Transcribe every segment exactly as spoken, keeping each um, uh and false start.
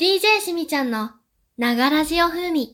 ディージェー しみちゃんのながらじお風味。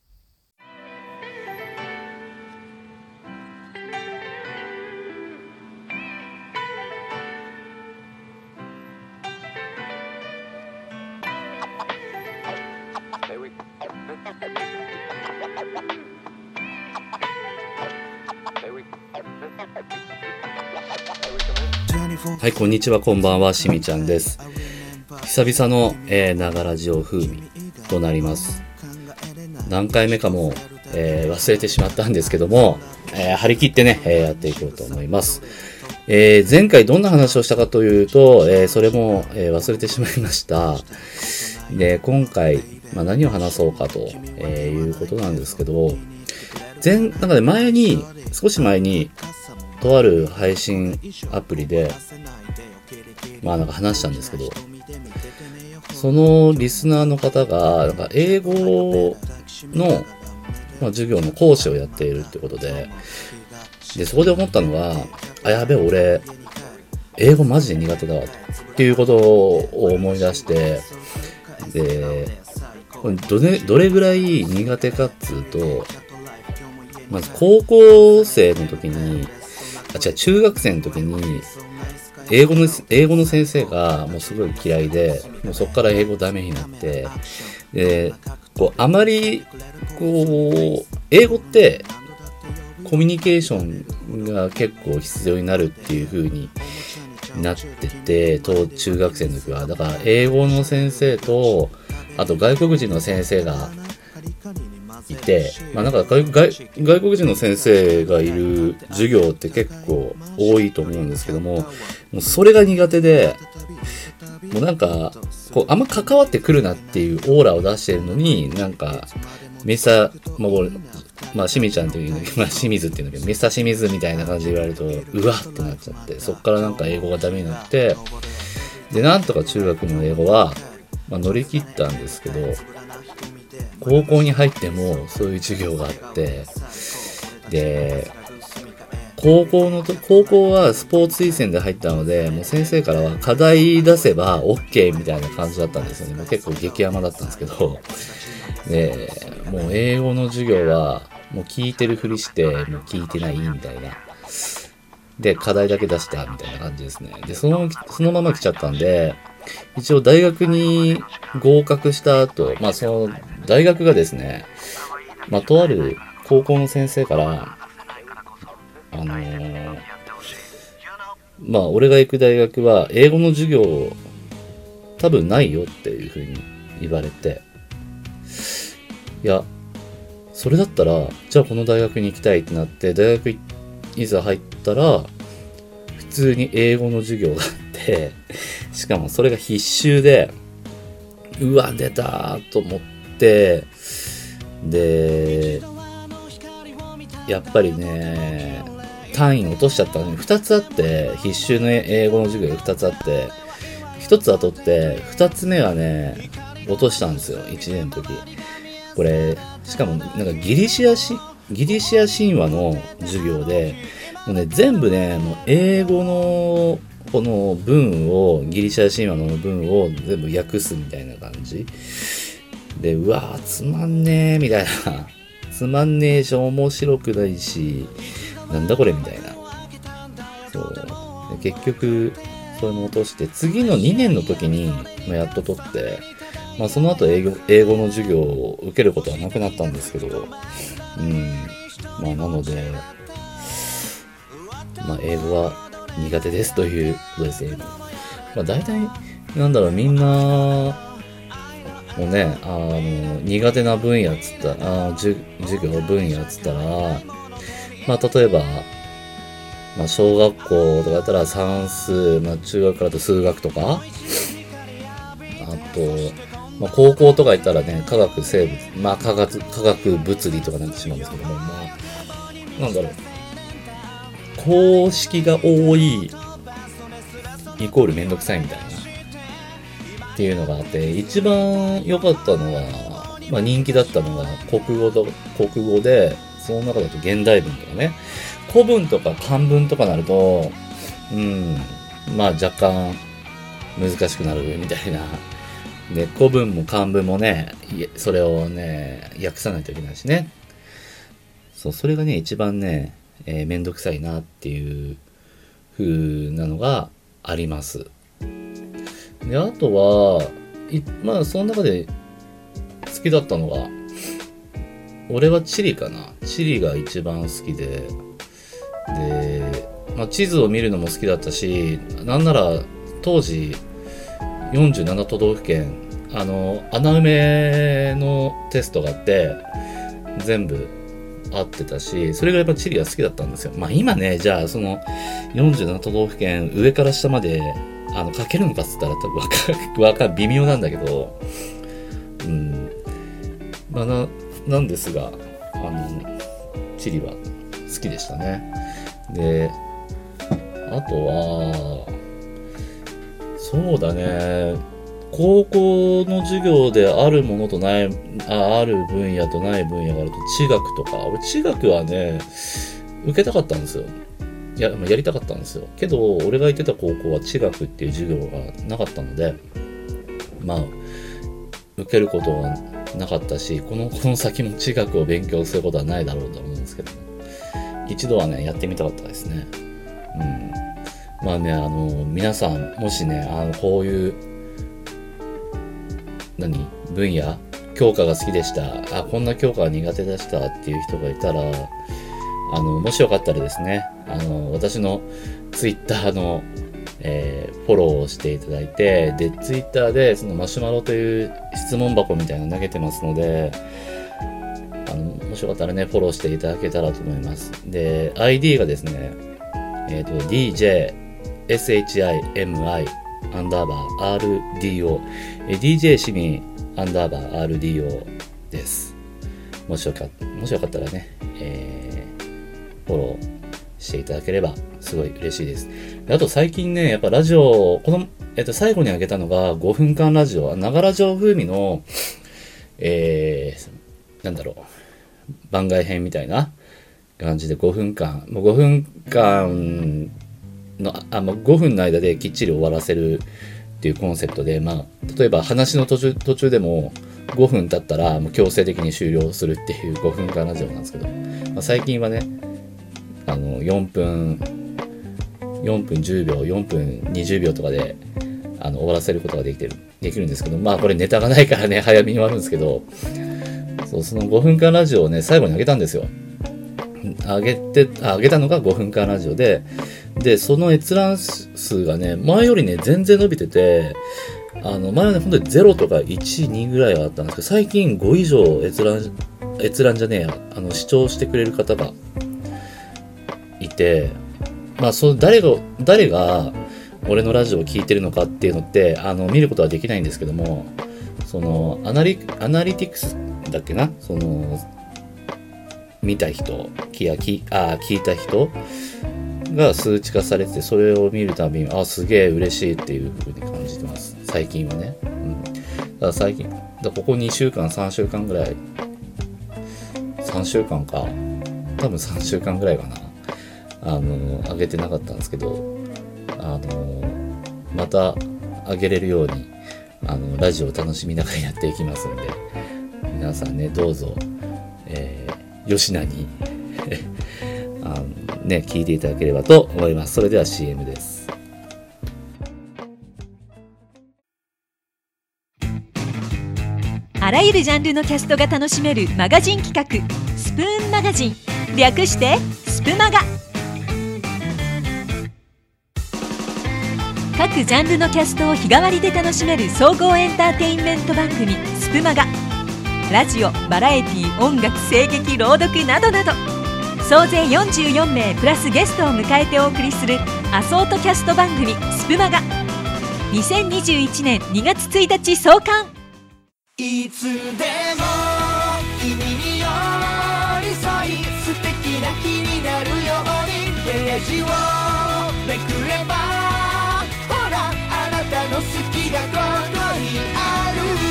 はい、こんにちは、こんばんは、しみちゃんです。久々の、えー、ながらじお風味となります。何回目かも、えー、忘れてしまったんですけども、えー、張り切ってね、えー、やっていこうと思います。えー、前回どんな話をしたかというと、えー、それも、えー、忘れてしまいました。で、今回、まあ、何を話そうかと、えー、いうことなんですけど、前、なんかね、前に、少し前に、とある配信アプリで、まあなんか話したんですけど、そのリスナーの方が、なんか英語の、まあ、授業の講師をやっているってことで、で、そこで思ったのが、あ、やべえ、俺、英語マジで苦手だわ、っていうことを思い出して、で、どれ、どれぐらい苦手かっつうと、まず高校生の時に、あ、違う、中学生の時に、英語の、英語の先生がもうすごい嫌いで、もうそこから英語ダメになって、で、こう、あまり、こう、英語って、コミュニケーションが結構必要になるっていう風になってて、当中学生の時は。だから、英語の先生と、あと外国人の先生がいて、まあなんか外、外、外国人の先生がいる授業って結構多いと思うんですけども、もうそれが苦手で、もうなんか、こう、あんま関わってくるなっていうオーラを出してるのに、なんか、ミスター、まあ俺、まあ、しみちゃんっていうの、まあ、清水っていうんだけど、ミスター清水みたいな感じで言われると、うわってなっちゃって、そっからなんか英語がダメになって、で、なんとか中学の英語は、まあ、乗り切ったんですけど、高校に入ってもそういう授業があって、で、高校のと、高校はスポーツ推薦で入ったので、もう先生からは課題出せば OK みたいな感じだったんですよね。もう結構激甘だったんですけど、で、もう英語の授業はもう聞いてるふりして、もう聞いてないみたいな。で、課題だけ出したみたいな感じですね。で、その、そのまま来ちゃったんで、一応大学に合格した後、まあその大学がですね、まあとある高校の先生から、あのー、まあ俺が行く大学は英語の授業多分ないよっていう風に言われて、いや、それだったら、じゃあこの大学に行きたいってなって、大学いざ入ったら、普通に英語の授業があって、しかもそれが必修で、うわ、出たと思って、で、やっぱりね、単位落としちゃったのに、二つあって、必修の英語の授業が二つあって、一つは取って、二つ目はね、落としたんですよ、一年の時。これ、しかもなんかギリシアし、ギリシア神話の授業で、もうね、全部ね、もう英語のこの文を、ギリシャ神話の文を全部訳すみたいな感じで、うわーつまんねーみたいな、つまんねーし面白くないし、なんだこれみたいな。そうで結局それも落として、次のにねんの時に、まあ、やっと取って、まあその後英語、英語の授業を受けることはなくなったんですけど、うん、まあなので、まあ英語は苦手ですということですね。まあ大体、なんだろう、みんな、もうね、あの、苦手な分野っつったら、あ授業分野っつったら、まあ例えば、まあ小学校とかだったら算数、まあ中学からだと数学とか、あと、まあ高校とか行ったらね、科学、生物、まあ科学、科学、物理とかなってしまうんですけども、まあ、なんだろう、公式が多いイコールめんどくさいみたいなっていうのがあって、一番良かったのは、まあ人気だったのが国語と国語で、その中だと現代文とかね、古文とか漢文とかなると、うん、まあ若干難しくなるみたいなで、古文も漢文もね、それをね、訳さないといけないしね。そう、それがね、一番ね、えー、めんどくさいなっていう風なのがあります。で、あとは、いまあ、その中で好きだったのが、俺は地理かな。地理が一番好きで、で、まあ、地図を見るのも好きだったし、なんなら当時よんじゅうなな都道府県、あの、穴埋めのテストがあって、全部合ってたし、それがやっぱ地理が好きだったんですよ。まあ今ね、じゃあそのよんじゅうなな都道府県上から下まであの書けるのかっつったら多分わかわか微妙なんだけど、うん、まあななんですが、あの地理は好きでしたね。で、あとはそうだね。高校の授業であるものとない、あ、ある分野とない分野があると、地学とか、俺地学はね、受けたかったんですよ。や、やりたかったんですよ。けど、俺が行ってた高校は地学っていう授業がなかったので、まあ、受けることはなかったし、この、この先も地学を勉強することはないだろうと思うんですけど、一度はね、やってみたかったですね。うん。まあね、あの、皆さん、もしね、あの、こういう、何分野教科が好きでした。あ、こんな教科が苦手でしたっていう人がいたら、あの、もしよかったらですね、あの、私のツイッターの、えー、フォローをしていただいて、で、ツイッターでそのマシュマロという質問箱みたいなの投げてますので、あの、もしよかったらね、フォローしていただけたらと思います。で、アイディー がですね、えっと、ディージェーエスエイチアイエムアイアンダーバー アールディーオー、ディージェー 市民アンダーバー アールディーオー です。もしよかもしよかったらね、えー、フォローしていただければすごい嬉しいです。あと最近ね、やっぱラジオ、この、えっと、最後にあげたのがごふんかんラジオ、ながら城風味の、えー、なんだろう、番外編みたいな感じでごふんかん、もうごふんかんの、あ、まあ、ごふんの間できっちり終わらせるっていうコンセプトで、まあ、例えば話の途中、途中でもごふん経ったらもう強制的に終了するっていうごふんかんラジオなんですけど、まあ、最近はね、あの、よんぷん、よんぷんじゅうびょう、よんぷんにじゅうびょうとかで、あの、終わらせることができてる、できるんですけど、まあこれネタがないからね、早めに終わるんですけど、そう、そのごふんかんラジオをね、最後にあげたんですよ。あげて、あげたのがごふんかんラジオで、で、その閲覧数がね、前よりね、全然伸びてて、あの、前はね、本当にゼロとかいち、にぐらいはあったんですけど、最近ご以上閲覧、閲覧じゃねえや、あの、視聴してくれる方がいて、まあ、その、誰が、誰が、俺のラジオを聞いてるのかっていうのって、あの、見ることはできないんですけども、その、アナリ、アナリティクスだっけな、その、見た人、きやきあ聞いた人が数値化されてて、それを見るたびに、あ、すげえ嬉しいっていう風に感じてます。最近はね。うん。だから最近、だからここにしゅうかん、さんしゅうかんぐらい、さんしゅうかんか。多分さんしゅうかんぐらいかな。あの、上げてなかったんですけど、あの、また上げれるように、あの、ラジオを楽しみながらやっていきますんで、皆さんね、どうぞ、えー、よしなに、あのね、聞いていただければと思います。それでは シーエム です。 あらゆるジャンルのキャストが楽しめるマガジン企画、スプーンマガジン、略してスプマガ。各ジャンルのキャストを日替わりで楽しめる総合エンターテインメント番組スプマガ。ラジオ、バラエティ、音楽、声劇、朗読などなど、総勢よんじゅうよんめいプラスゲストを迎えてお送りするアソートキャスト番組スプマガ。にせんにじゅういちねんにがつついたち創刊。 いつでも君に寄り添い、素敵な日になるようにページをめくれば、ほらあなたの好きがここにある。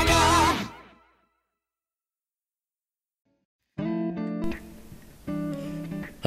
は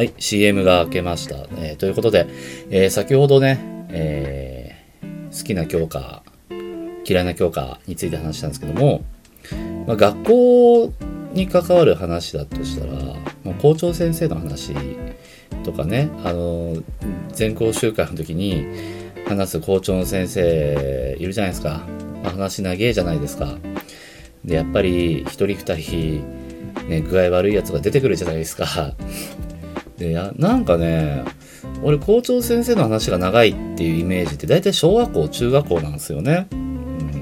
はい、シーエム が明けました。えー、ということで、えー、先ほどね、えー、好きな教科、嫌いな教科について話したんですけども、まあ、学校に関わる話だとしたら、まあ、校長先生の話とかね、あの全校集会の時に話す校長の先生いるじゃないですか。まあ、話長えじゃないですか。で、やっぱり一人二人、ね、具合悪いやつが出てくるじゃないですか。で、なんかね、俺校長先生の話が長いっていうイメージって大体小学校、中学校なんですよね。うん、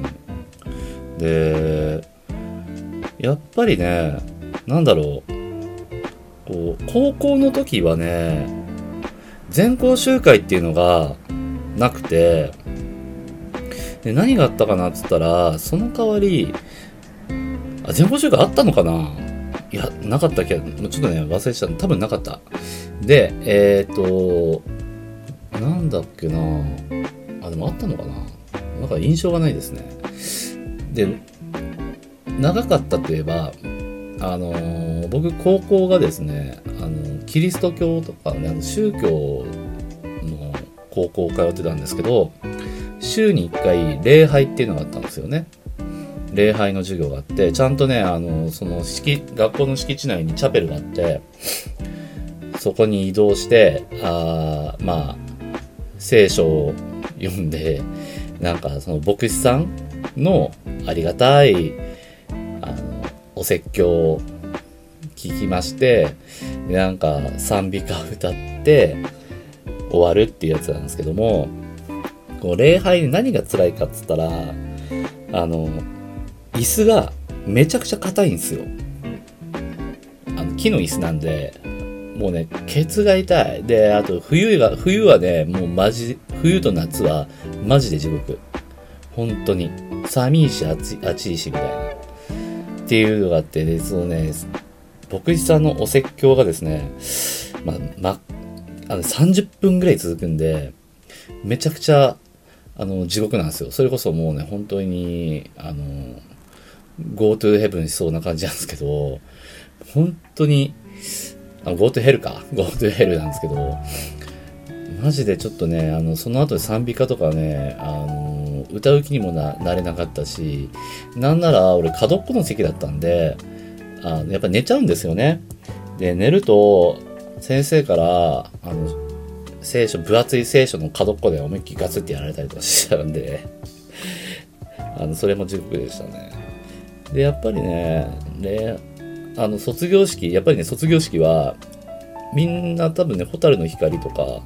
で、やっぱりね、なんだろう、こう高校の時はね、全校集会っていうのがなくて、で何があったかなっつったら、その代わり、あ、全校集会あったのかな？いや、なかったっけど、ちょっとね、忘れてた。多分なかった。で、えっと、なんだっけなあ、でもあったのかななんか印象がないですね。で、長かったといえば、あのー、僕、高校がですね、あの、キリスト教とかね、あの宗教の高校を通ってたんですけど、週にいっかい礼拝っていうのがあったんですよね。礼拝の授業があって、ちゃんとね、あの、その敷、学校の敷地内にチャペルがあって、そこに移動して、あまあ、聖書を読んで、なんかその牧師さんのありがたい、あの、お説教を聞きまして、なんか賛美歌を歌って終わるっていうやつなんですけども、こう礼拝に何が辛いかっつったら、あの、椅子がめちゃくちゃ硬いんですよ。あの木の椅子なんで、もうね、ケツが痛い。で、あと冬が、冬はね、もうマジ、冬と夏はマジで地獄。本当に。寒いし暑い、暑いしみたいな。っていうのがあって、で、そのね、牧師さんのお説教がですね、まあ、ま、あのさんじゅっぷんぐらい続くんで、めちゃくちゃ、あの、地獄なんですよ。それこそもうね、本当に、あの、Go to Heaven しそうな感じなんですけど、本当に、あ Go to Hell か Go to Hell なんですけど、マジでちょっとね、あの、その後で賛美歌とかね、あの、歌う気にも な, なれなかったし、なんなら俺角っこの席だったんで、あのやっぱ寝ちゃうんですよね。で、寝ると、先生から、あの、聖書、分厚い聖書の角っこで思いっきりガツってやられたりとかしちゃうんで、あの、それも地獄でしたね。で、やっぱりね、ね、あの、卒業式、やっぱりね、卒業式は、みんな多分ね、蛍の光とか、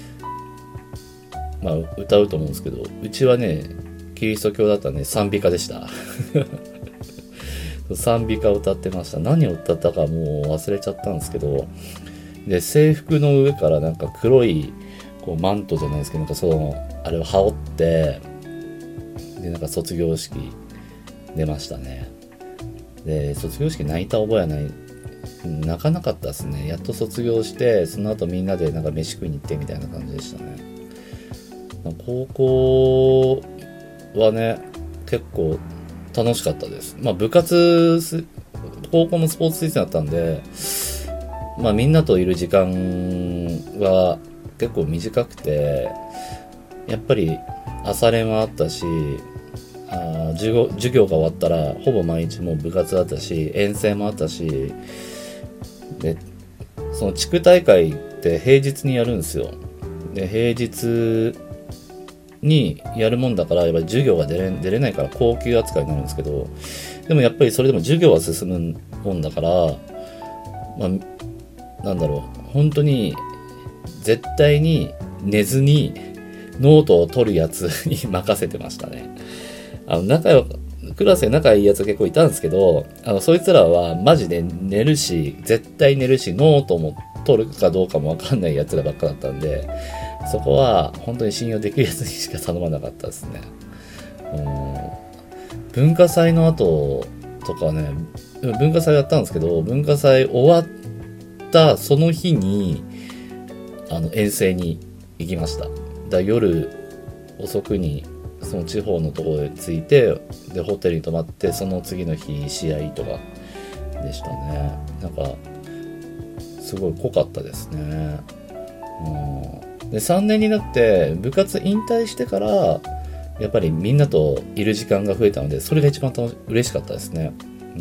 まあ、歌うと思うんですけど、うちはね、キリスト教だったんで、賛美歌でした。賛美歌を歌ってました。何を歌ったかもう忘れちゃったんですけど、で、制服の上からなんか黒い、こう、マントじゃないですけど、なんかその、あれを羽織って、で、なんか卒業式出ましたね。で、卒業式泣いた覚えはない、泣かなかったですね。やっと卒業して、その後みんなでなんか飯食いに行ってみたいな感じでしたね。高校はね、結構楽しかったです。まあ部活、高校のスポーツ推薦だったんで、まあみんなといる時間は結構短くて、やっぱり朝練はあったし、あ授業、授業が終わったらほぼ毎日もう部活だったし、遠征もあったし、で、その地区大会って平日にやるんですよ。で、平日にやるもんだから、やっぱり授業が出れ、出れないから高級扱いになるんですけど、でもやっぱりそれでも授業は進むもんだから、まあ、なんだろう、本当に絶対に寝ずにノートを取るやつに任せてましたね。あの、仲良く、クラスで仲いいやつ結構いたんですけど、あの、そいつらはマジで寝るし、絶対寝るし、ノートも取るかどうかもわかんないやつらばっかだったんで、そこは本当に信用できるやつにしか頼まなかったですね。うん、文化祭の後とかね、文化祭やったんですけど、文化祭終わったその日に、あの、遠征に行きました。だ夜遅くに、その地方のところに着いて、で、ホテルに泊まって、その次の日、試合とかでしたね。なんか、 すごい濃かったですね。うん、でさんねんになって部活引退してからやっぱりみんなといる時間が増えたので、それが一番楽し嬉しかったですね。うん、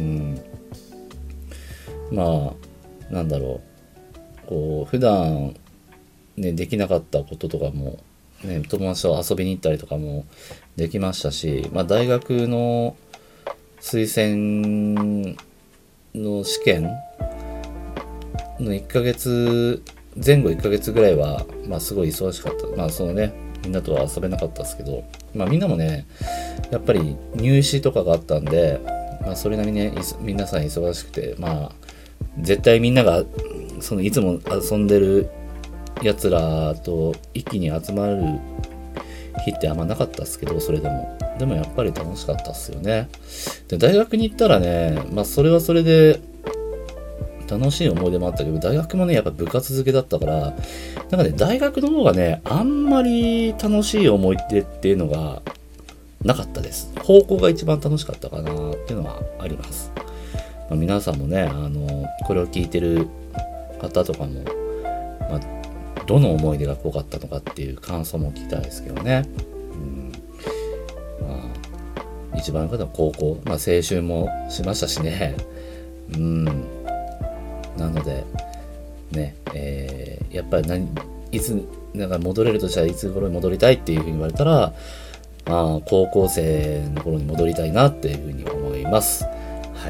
まあなんだろう、こう普段ねできなかったこととかもね、友達と遊びに行ったりとかもできましたし、まあ大学の推薦の試験のいっかげつぜん後いっかげつぐらいはまあすごい忙しかった。まあそのねみんなとは遊べなかったですけど、まあみんなもねやっぱり入試とかがあったんで、まあそれなりにね皆さん忙しくて、まあ絶対みんながそのいつも遊んでるやつらと一気に集まる日ってあんまなかったっすけど、それでもでもやっぱり楽しかったっすよね。で大学に行ったらね、まあそれはそれで楽しい思い出もあったけど、大学もねやっぱ部活付けだったから、なんかね大学の方がねあんまり楽しい思い出っていうのがなかったです。高校が一番楽しかったかなっていうのはあります。まあ、皆さんもねあのこれを聞いてる方とかも、まあ、どの思い出が濃かったのかっていう感想も聞きたいですけどね。うん、まあ一番良かったのは高校、まあ青春もしましたしね。うん。なのでね、えー、やっぱり何いつなんか戻れるとしたらいつ頃に戻りたいっていうふうに言われたら、まあ高校生の頃に戻りたいなっていうふうに思います。はい。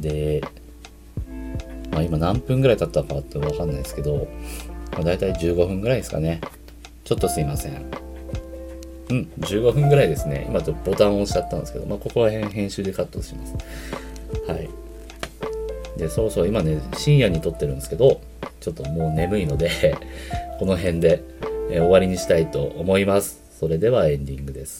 で、まあ今何分ぐらい経ったかってわかんないですけど、まあ、だいたいじゅうごふんぐらいですかね。ちょっとすいません。うん、じゅうごふんぐらいですね。今ちょっとボタンを押しちゃったんですけど、まあここら辺編集でカットします。はい。で、そろそろ今ね、深夜に撮ってるんですけど、ちょっともう眠いので、この辺で、えー、終わりにしたいと思います。それではエンディングです。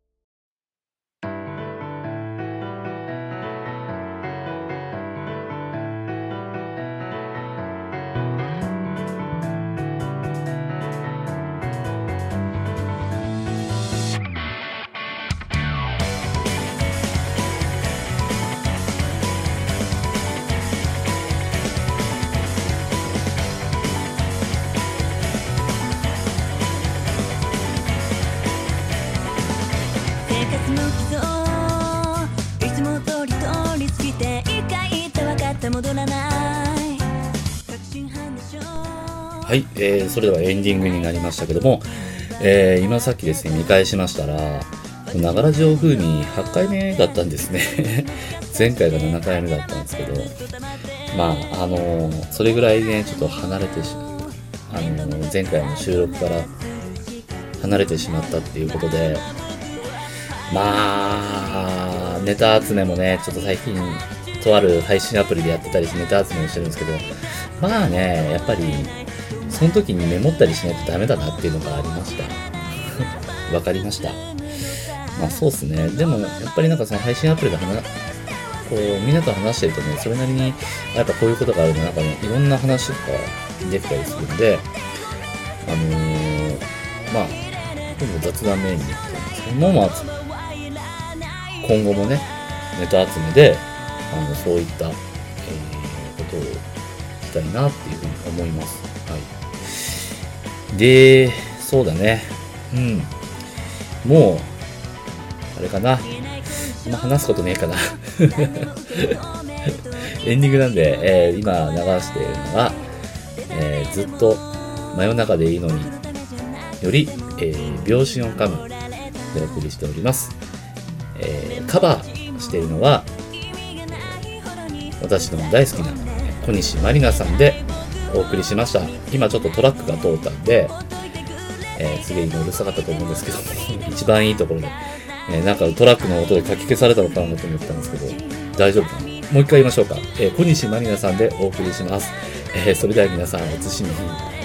はい、えー、それではエンディングになりましたけども、えー、今さっきですね見返しましたら、ながらじお風味はちかいめだったんですね前回がななかいめだったんですけど、まああのー、それぐらいねちょっと離れてしあのー、前回の収録から離れてしまったっていうことで、まあネタ集めもねちょっと最近とある配信アプリでやってたりしてネタ集めをしてるんですけど、まあねやっぱりその時にメモったりしないとダメだなっていうのがありました。わかりました。まあそうっすね。でもやっぱりなんかその配信アプリで話こうみんなと話してるとね、それなりにやっぱこういうことがあるのなんかね、いろんな話とかできたりするんで、あのー、まあ今度雑談メインに行ってるんですけども、まあ今後もねネタ集めであのそういった、えー、ことをしたいなっていうふうに思います。はい。で、そうだね。うん。もうあれかな。あんま話すことねえかな。エンディングなんで、えー、今流しているのが、えー、ずっと真夜中でいいのにより、えー、秒針を噛むでお送りしております。えー、カバーしているのは私の大好きな小西まりなさんでお送りしました。今ちょっとトラックが通ったんで、えー、すげえ今うるさかったと思うんですけど一番いいところで、えー、なんかトラックの音でかき消されたのかなと思ったんですけど大丈夫かな。もう一回言いましょうか。えー、小西まりなさんでお送りします。えー、それでは皆さんおつしみに。